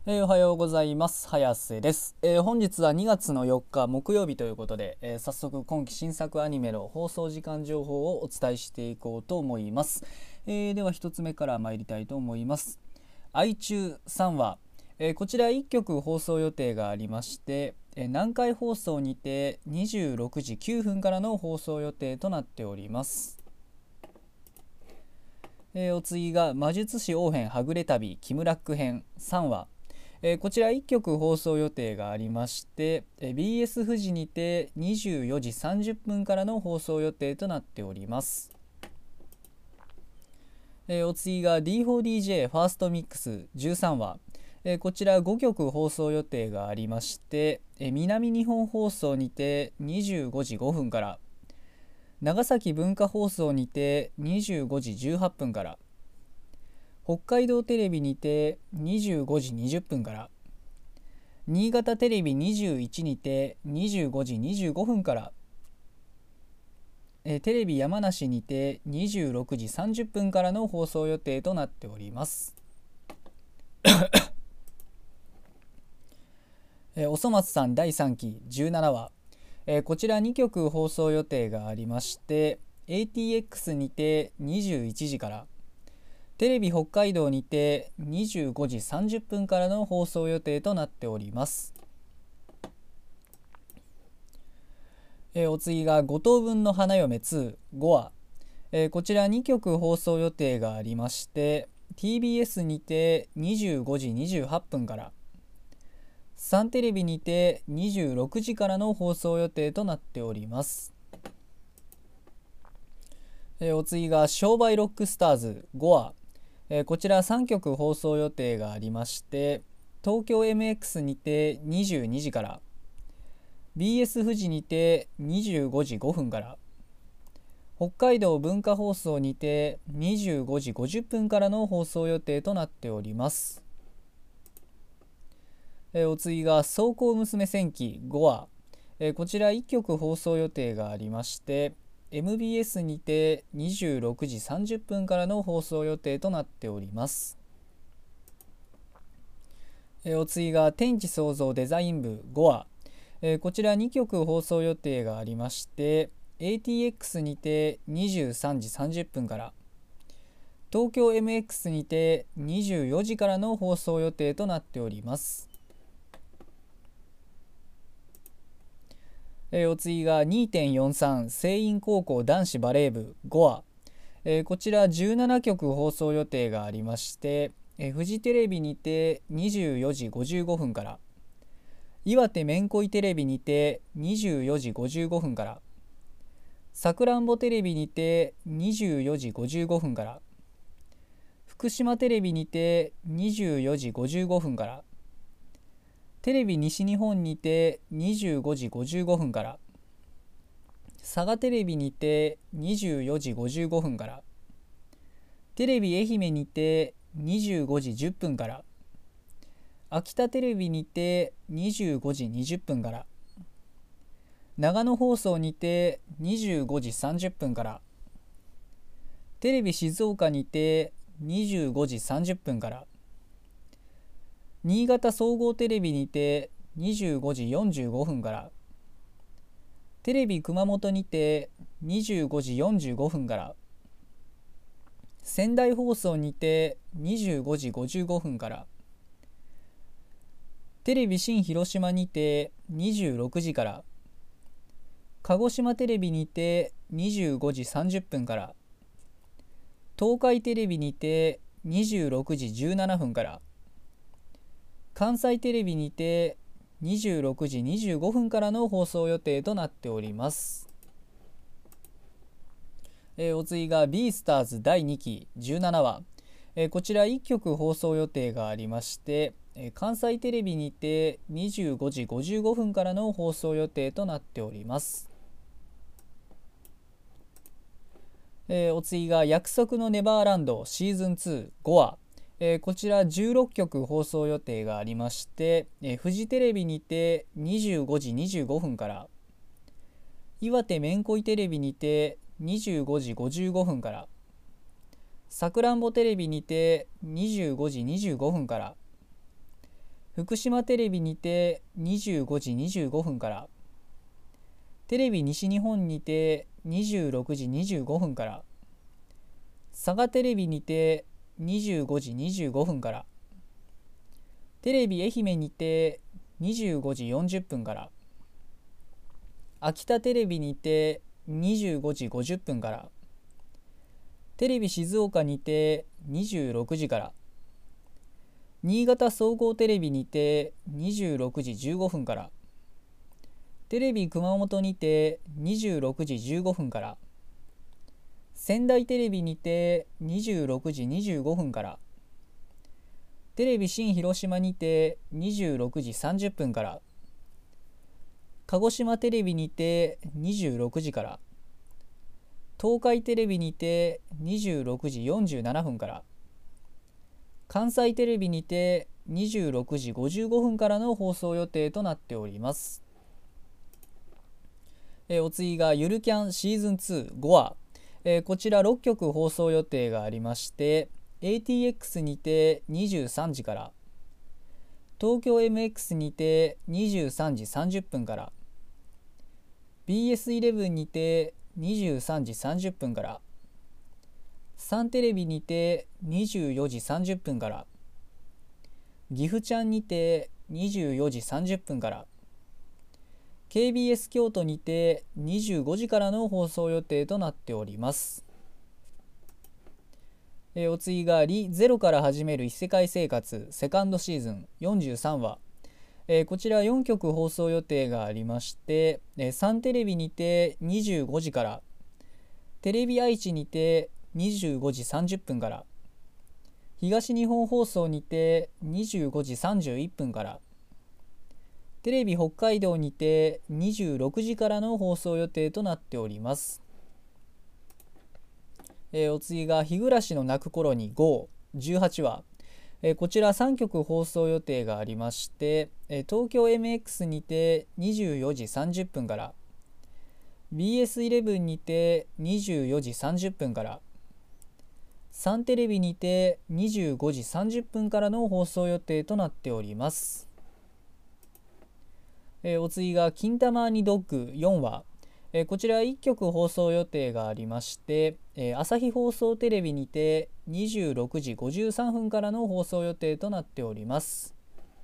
おはようございます。早瀬です。本日は2月の4日木曜日ということで、早速今期新作アニメの放送時間情報をお伝えしていこうと思います。では1つ目から参りたいと思います。愛中3話、こちら1曲放送予定がありまして、南海放送にて26時9分からの放送予定となっております。お次が魔術師王編はぐれ旅キムラック編3話、こちら1曲放送予定がありまして、BS 富士にて24時30分からの放送予定となっております。お次が D4DJ ファーストミックス13話、こちら5曲放送予定がありまして、南日本放送にて25時5分から、長崎文化放送にて25時18分から、北海道テレビにて25時20分から、新潟テレビ21にて25時25分から、テレビ山梨にて26時30分からの放送予定となっております。おそ松さん第3期17話、こちら2曲放送予定がありまして、 ATX にて21時から、テレビ北海道にて25時30分からの放送予定となっております。お次が5等分の花嫁2、5話、こちら2曲放送予定がありまして、 TBS にて25時28分から、サンテレビにて26時からの放送予定となっております。お次が商売ロックスターズ5話、こちら3曲放送予定がありまして、東京 MX にて22時から、 BS 富士にて25時5分から、北海道文化放送にて25時50分からの放送予定となっております。お次が走行娘戦記5話、こちら1曲放送予定がありまして、MBS にて26時30分からの放送予定となっております。お次が天地創造デザイン部5話、こちら2曲放送予定がありまして、 ATX にて23時30分から、東京 MX にて24時からの放送予定となっております。お次が 2.43 聖院高校男子バレー部5話、こちら17曲放送予定がありまして、フジテレビにて24時55分から、岩手めんこいテレビにて24時55分から、さくらんぼテレビにて24時55分から、福島テレビにて24時55分から、テレビ西日本にて25時55分から、佐賀テレビにて24時55分から、テレビ愛媛にて25時10分から、秋田テレビにて25時20分から、長野放送にて25時30分から、テレビ静岡にて25時30分から、新潟総合テレビにて25時45分から、テレビ熊本にて25時45分から、仙台放送にて25時55分から、テレビ新広島にて26時から、鹿児島テレビにて25時30分から、東海テレビにて26時17分から、関西テレビにて26時25分からの放送予定となっております。お次が B スターズ第2期17話、こちら1曲放送予定がありまして、関西テレビにて25時55分からの放送予定となっております。お次が約束のネバーランドシーズン2 5話、こちら16曲放送予定がありまして、フジテレビにて25時25分から、岩手めんこいテレビにて25時55分から、さくらんぼテレビにて25時25分から、 福島テレビにて25時25分から、テレビ西日本にて26時25分から、佐賀テレビにて25時25分から、テレビ愛媛にて25時40分から、秋田テレビにて25時50分から、テレビ静岡にて26時から、新潟総合テレビにて26時15分から、テレビ熊本にて26時15分から、仙台テレビにて26時25分から、テレビ新広島にて26時30分から、鹿児島テレビにて26時から、東海テレビにて26時47分から、関西テレビにて26時55分からの放送予定となっております。お次がゆるキャンシーズン2、5話、こちら6曲放送予定がありまして、 ATX にて23時から、東京 MX にて23時30分から、 BS11 にて23時30分から、サンテレビにて24時30分から、岐阜ちゃんにて24時30分から、KBS 京都にて25時からの放送予定となっております。お次がリゼロから始める異世界生活セカンドシーズン43話、こちら4曲放送予定がありまして、サンテレビにて25時から、テレビ愛知にて25時30分から、東日本放送にて25時31分から、テレビ北海道にて26時からの放送予定となっております。お次が日暮らしの泣く頃に GO18 話、こちら3曲放送予定がありまして、東京 MX にて24時30分から、 BS11 にて24時30分から、サンテレビにて25時30分からの放送予定となっております。お次が金玉にドッグ4話、こちら1曲放送予定がありまして、朝日放送テレビにて26時53分からの放送予定となっております。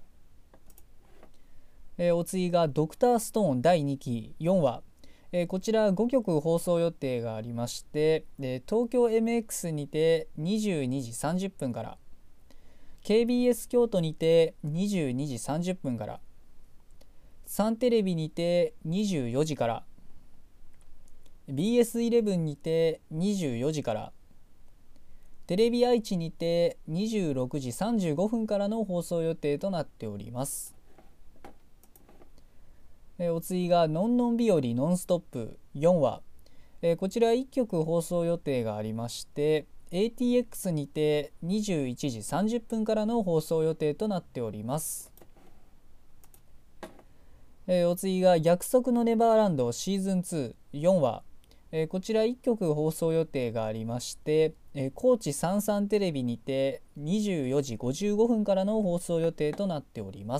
お次がドクターストーン第2期4話、こちら5曲放送予定がありまして、東京 MX にて22時30分から、 KBS 京都にて22時30分から、サンテレビにて24時から、 BS11 にて24時から、テレビ愛知にて26時35分からの放送予定となっております。お次がのんのん日和ノンストップ4話、こちら1曲放送予定がありまして、 ATX にて21時30分からの放送予定となっております。お次が約束のネバーランドシーズン24話、こちら1曲放送予定がありまして、高知33テレビにて24時55分からの放送予定となっております。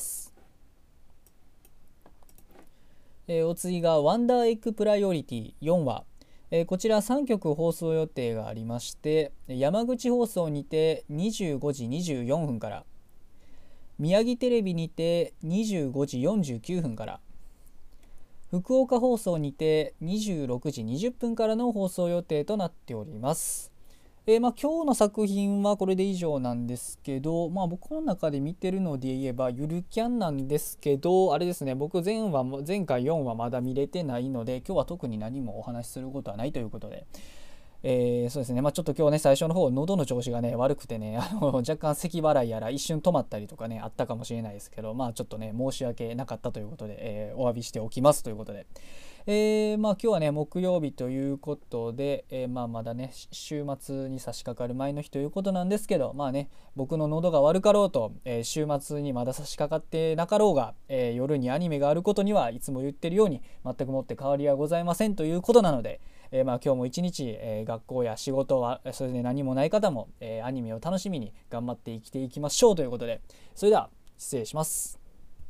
お次がワンダーエッグプライオリティ4話、こちら3曲放送予定がありまして、山口放送にて25時24分から、宮城テレビにて25時49分から、福岡放送にて26時20分からの放送予定となっております。今日の作品はこれで以上なんですけど、僕の中で見てるので言えばゆるキャンなんですけど、あれですね、僕前回4話まだ見れてないので、今日は特に何もお話しすることはないということで、そうですね、ちょっと今日ね、最初の方喉の調子がね悪くてね、若干咳払いやら一瞬止まったりとかねあったかもしれないですけど、ちょっとね申し訳なかったということで、お詫びしておきますということで、今日はね木曜日ということで、まだね週末に差し掛かる前の日ということなんですけど、僕の喉が悪かろうと、週末にまだ差し掛かってなかろうが、夜にアニメがあることにはいつも言ってるように全くもって変わりはございませんということなので、今日も一日、学校や仕事はそれで何もない方も、アニメを楽しみに頑張って生きていきましょうということで、それでは失礼します。